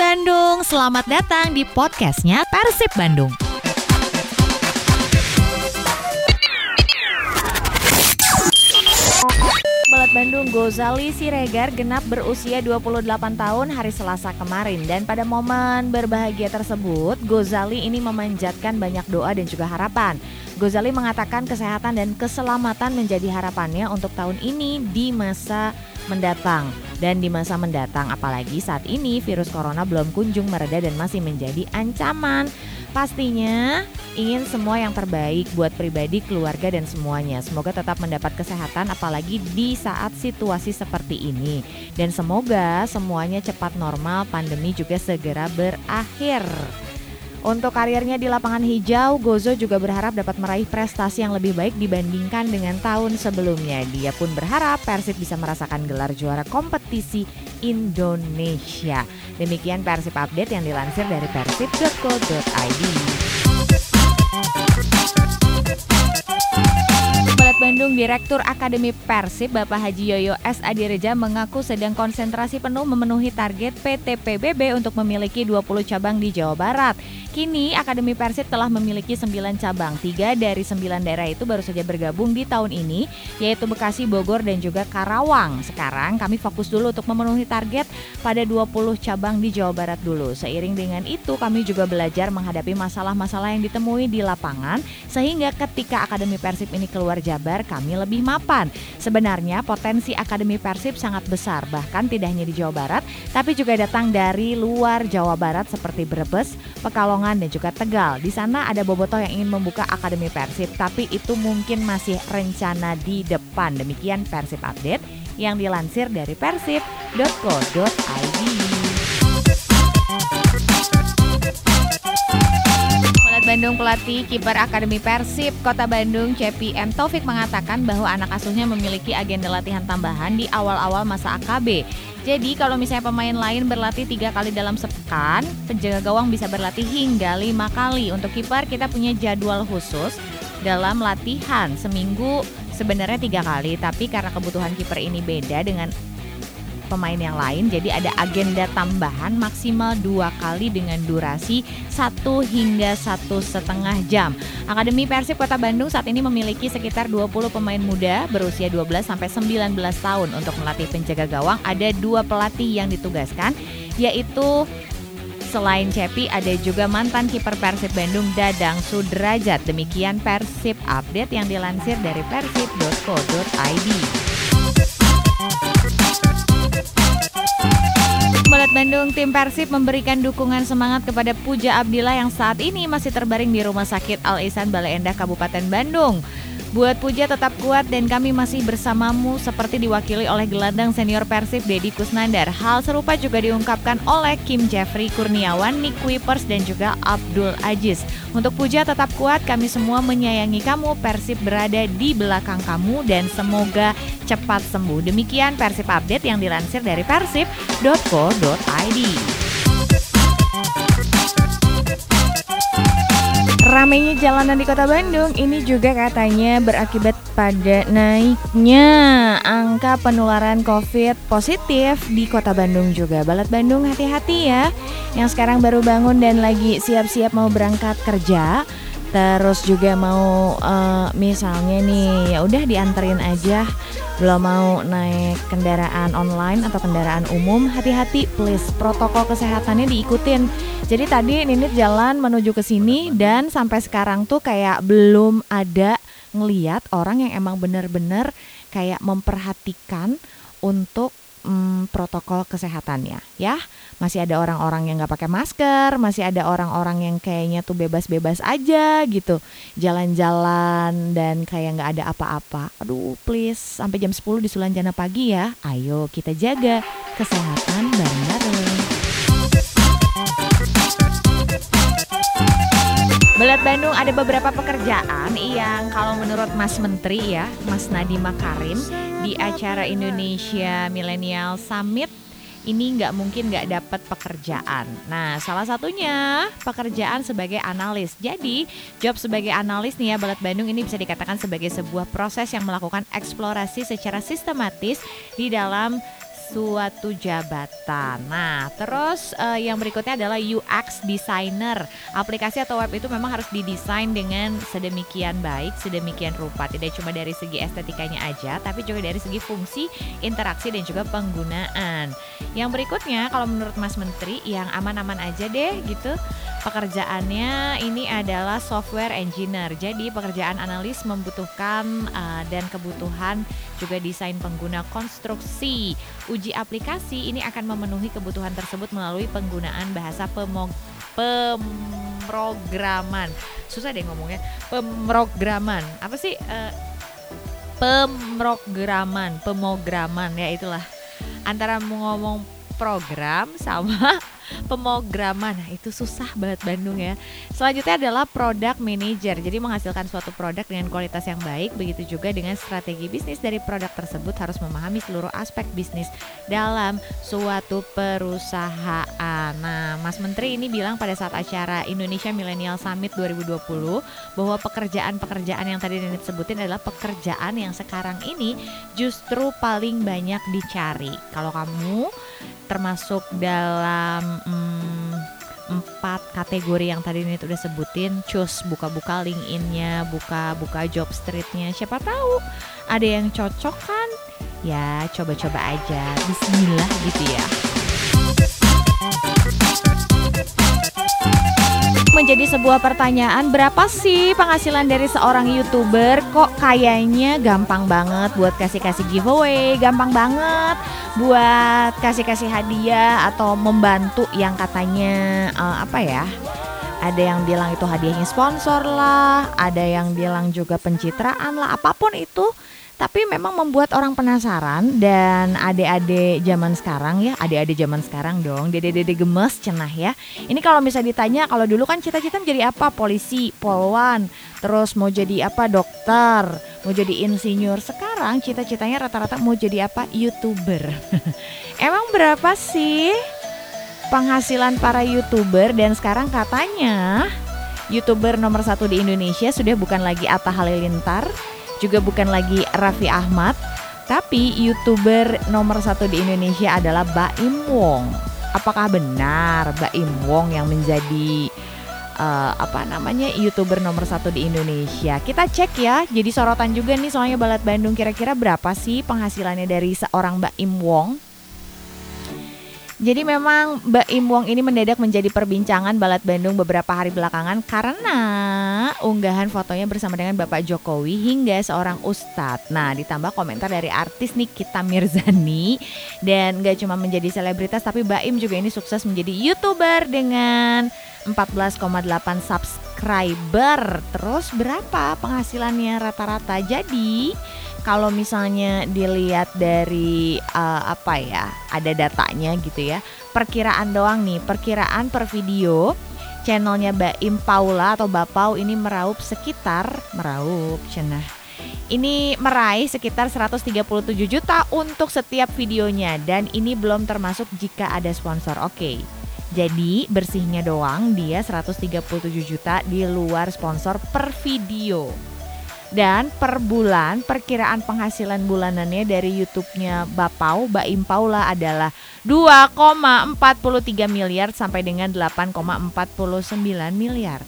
Bandung, selamat datang di podcastnya Persib Bandung. Balat Bandung, Gozali Siregar genap berusia 28 tahun hari Selasa kemarin. Dan pada momen berbahagia tersebut, Gozali ini memanjatkan banyak doa dan juga harapan. Gozali mengatakan kesehatan dan keselamatan menjadi harapannya untuk tahun ini di masa mendatang. Dan di masa mendatang, apalagi saat ini virus corona belum kunjung mereda dan masih menjadi ancaman. Pastinya ingin semua yang terbaik buat pribadi, keluarga, dan semuanya. Semoga tetap mendapat kesehatan apalagi di saat situasi seperti ini. Dan semoga semuanya cepat normal, pandemi juga segera berakhir. Untuk karirnya di lapangan hijau, Gozo juga berharap dapat meraih prestasi yang lebih baik dibandingkan dengan tahun sebelumnya. Dia pun berharap Persib bisa merasakan gelar juara kompetisi Indonesia. Demikian Persib Update yang dilansir dari persib.co.id. Bandung, Direktur Akademi Persib Bapak Haji Yoyo S. Adireja mengaku sedang konsentrasi penuh memenuhi target PT PBB untuk memiliki 20 cabang di Jawa Barat. Kini Akademi Persib telah memiliki 9 cabang, 3 dari 9 daerah itu baru saja bergabung di tahun ini, yaitu Bekasi, Bogor, dan juga Karawang. Sekarang kami fokus dulu untuk memenuhi target pada 20 cabang di Jawa Barat dulu. Seiring dengan itu kami juga belajar menghadapi masalah-masalah yang ditemui di lapangan, sehingga ketika Akademi Persib ini keluar Jabar, kami lebih mapan. Sebenarnya potensi Akademi Persib sangat besar, bahkan tidak hanya di Jawa Barat, tapi juga datang dari luar Jawa Barat seperti Brebes, Pekalongan, dan juga Tegal. Di sana ada bobotoh yang ingin membuka Akademi Persib, tapi itu mungkin masih rencana di depan. Demikian Persib Update yang dilansir dari persib.co.id. Bandung, pelatih kiper Akademi Persib Kota Bandung CPM Taufik mengatakan bahwa anak asuhnya memiliki agenda latihan tambahan di awal-awal masa AKB. Jadi kalau misalnya pemain lain berlatih 3 kali dalam sepekan, penjaga gawang bisa berlatih hingga 5 kali. Untuk kiper kita punya jadwal khusus dalam latihan seminggu, sebenarnya 3 kali, tapi karena kebutuhan kiper ini beda dengan pemain yang lain, jadi ada agenda tambahan maksimal 2 kali dengan durasi 1 hingga 1,5 jam. Akademi Persib Kota Bandung saat ini memiliki sekitar 20 pemain muda berusia 12 sampai 19 tahun. Untuk melatih penjaga gawang ada 2 pelatih yang ditugaskan, yaitu selain Cepi ada juga mantan kiper Persib Bandung Dadang Sudrajat. Demikian Persib Update yang dilansir dari persib.co.id. Balat Bandung, tim Persib memberikan dukungan semangat kepada Puja Abdillah yang saat ini masih terbaring di Rumah Sakit Al Ihsan Bale Endah Kabupaten Bandung. Buat Puja tetap kuat dan kami masih bersamamu, seperti diwakili oleh gelandang senior Persib Deddy Kusnandar. Hal serupa juga diungkapkan oleh Kim Jeffrey Kurniawan, Nick Kuipers, dan juga Abdul Aziz. Untuk Puja tetap kuat, kami semua menyayangi kamu, Persib berada di belakang kamu dan semoga cepat sembuh. Demikian Persib Update yang dilansir dari persib.co.id. Ramainya jalanan di Kota Bandung ini juga katanya berakibat pada naiknya angka penularan COVID positif di Kota Bandung juga. Balat Bandung, hati-hati ya, yang sekarang baru bangun dan lagi siap-siap mau berangkat kerja. Terus juga mau misalnya nih, ya udah dianterin aja, belum mau naik kendaraan online atau kendaraan umum, hati-hati please, protokol kesehatannya diikutin. Jadi tadi Ninit jalan menuju ke sini dan sampai sekarang tuh kayak belum ada ngeliat orang yang emang benar-benar kayak memperhatikan untuk protokol kesehatannya ya. Masih ada orang-orang yang gak pakai masker, masih ada orang-orang yang kayaknya tuh bebas-bebas aja gitu, jalan-jalan dan kayak gak ada apa-apa. Aduh please, sampai jam 10 di Sulanjana pagi ya. Ayo kita jaga kesehatan bareng-bareng. Balat Bandung, ada beberapa pekerjaan yang kalau menurut Mas Menteri ya, Mas Nadiem Makarim, di acara Indonesia Millennial Summit ini nggak mungkin nggak dapat pekerjaan. Nah, salah satunya pekerjaan sebagai analis. Jadi, job sebagai analis nih ya, Balat Bandung ini bisa dikatakan sebagai sebuah proses yang melakukan eksplorasi secara sistematis di dalam suatu jabatan. Nah, terus yang berikutnya adalah UX designer. Aplikasi atau web itu memang harus didesain dengan sedemikian baik, sedemikian rupa. Tidak cuma dari segi estetikanya aja, tapi juga dari segi fungsi, interaksi dan juga penggunaan. Yang berikutnya kalau menurut Mas Menteri yang aman-aman aja deh gitu. Pekerjaannya ini adalah software engineer. Jadi pekerjaan analis membutuhkan dan kebutuhan juga desain pengguna konstruksi. Uji aplikasi ini akan memenuhi kebutuhan tersebut melalui penggunaan bahasa pemrograman. Susah deh ngomongnya. Pemrograman. Apa sih? Pemrograman ya itulah. Antara ngomong program sama pemrograman. Nah, itu susah banget Bandung ya. Selanjutnya adalah product manager. Jadi menghasilkan suatu produk dengan kualitas yang baik. Begitu juga dengan strategi bisnis dari produk tersebut, harus memahami seluruh aspek bisnis dalam suatu perusahaan. Nah, Mas Menteri ini bilang pada saat acara Indonesia Millennial Summit 2020 bahwa pekerjaan-pekerjaan yang tadi Nenit sebutin adalah pekerjaan yang sekarang ini justru paling banyak dicari. Kalau kamu termasuk dalam 4 kategori yang tadi Nit udah sebutin, cus buka-buka LinkedIn-nya, buka job street-nya, siapa tahu ada yang cocok kan? Ya coba-coba aja, bismillah gitu ya. Menjadi sebuah pertanyaan, berapa sih penghasilan dari seorang YouTuber? Kok kayaknya gampang banget buat kasih-kasih giveaway, gampang banget buat kasih-kasih hadiah atau membantu yang katanya ada yang bilang itu hadiahnya sponsor lah, ada yang bilang juga pencitraan lah, apapun itu. Tapi memang membuat orang penasaran. Dan adik-adik zaman sekarang ya, adik-adik zaman sekarang dong, dede-dede gemes cenah ya. Ini kalau misalnya ditanya, kalau dulu kan cita-cita menjadi apa? Polisi, polwan, terus mau jadi apa? Dokter, mau jadi insinyur. Sekarang cita-citanya rata-rata mau jadi apa? YouTuber. Emang berapa sih penghasilan para YouTuber? Dan sekarang katanya YouTuber nomor 1 di Indonesia sudah bukan lagi Atta Halilintar, juga bukan lagi Raffi Ahmad, tapi YouTuber nomor 1 di Indonesia adalah Baim Wong. Apakah benar Baim Wong yang menjadi YouTuber nomor 1 di Indonesia? Kita cek ya. Jadi sorotan juga nih soalnya Balat Bandung, kira-kira berapa sih penghasilannya dari seorang Baim Wong? Jadi memang Baim Wong ini mendadak menjadi perbincangan Balat Bandung beberapa hari belakangan karena unggahan fotonya bersama dengan Bapak Jokowi hingga seorang ustadz. Nah, ditambah komentar dari artis Nikita Mirzani. Dan gak cuma menjadi selebritas, tapi Baim juga ini sukses menjadi YouTuber dengan 14,8 subscriber. Terus berapa penghasilannya rata-rata? Jadi kalau misalnya dilihat dari ada datanya gitu ya, perkiraan doang nih, perkiraan per video channelnya Baim Paula atau Bapau ini meraih sekitar 137 juta untuk setiap videonya. Dan ini belum termasuk jika ada sponsor. Oke. Jadi bersihnya doang dia 137 juta di luar sponsor per video. Dan per bulan perkiraan penghasilan bulanannya dari YouTube-nya Baim Paula adalah 2,43 miliar sampai dengan 8,49 miliar.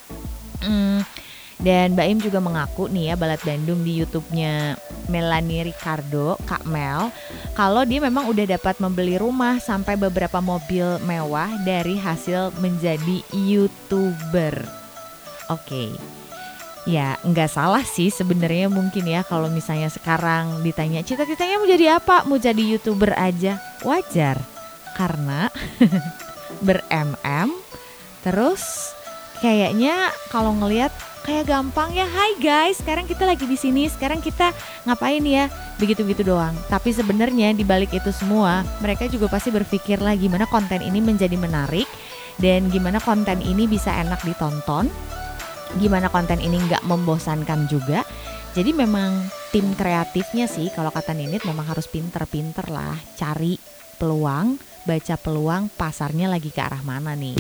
Dan Baim juga mengaku nih ya, Balat Bandung, di YouTube-nya Melanie Ricardo, Kak Mel, kalau dia memang udah dapat membeli rumah sampai beberapa mobil mewah dari hasil menjadi YouTuber. Oke. Ya nggak salah sih sebenarnya mungkin ya kalau misalnya sekarang ditanya cita-citanya mau jadi apa? Mau jadi YouTuber aja, wajar. Karena ber-MM terus kayaknya kalau ngelihat kayak gampang ya. Hai guys, sekarang kita lagi di sini, sekarang kita ngapain ya? Begitu-begitu doang. Tapi sebenarnya di balik itu semua mereka juga pasti berpikir lah gimana konten ini menjadi menarik dan gimana konten ini bisa enak ditonton. Gimana konten ini gak membosankan juga. Jadi memang tim kreatifnya sih kalau kata Ninit memang harus pinter-pinter lah cari peluang, baca peluang pasarnya lagi ke arah mana nih.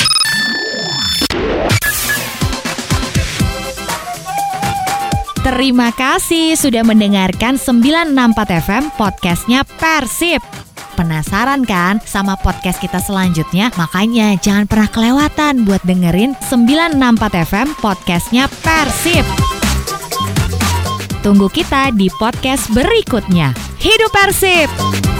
Terima kasih sudah mendengarkan 964 FM podcastnya Persib. Penasaran kan sama podcast kita selanjutnya? Makanya jangan pernah kelewatan buat dengerin 964 FM podcastnya Persib. Tunggu kita di podcast berikutnya. Hidup Persib!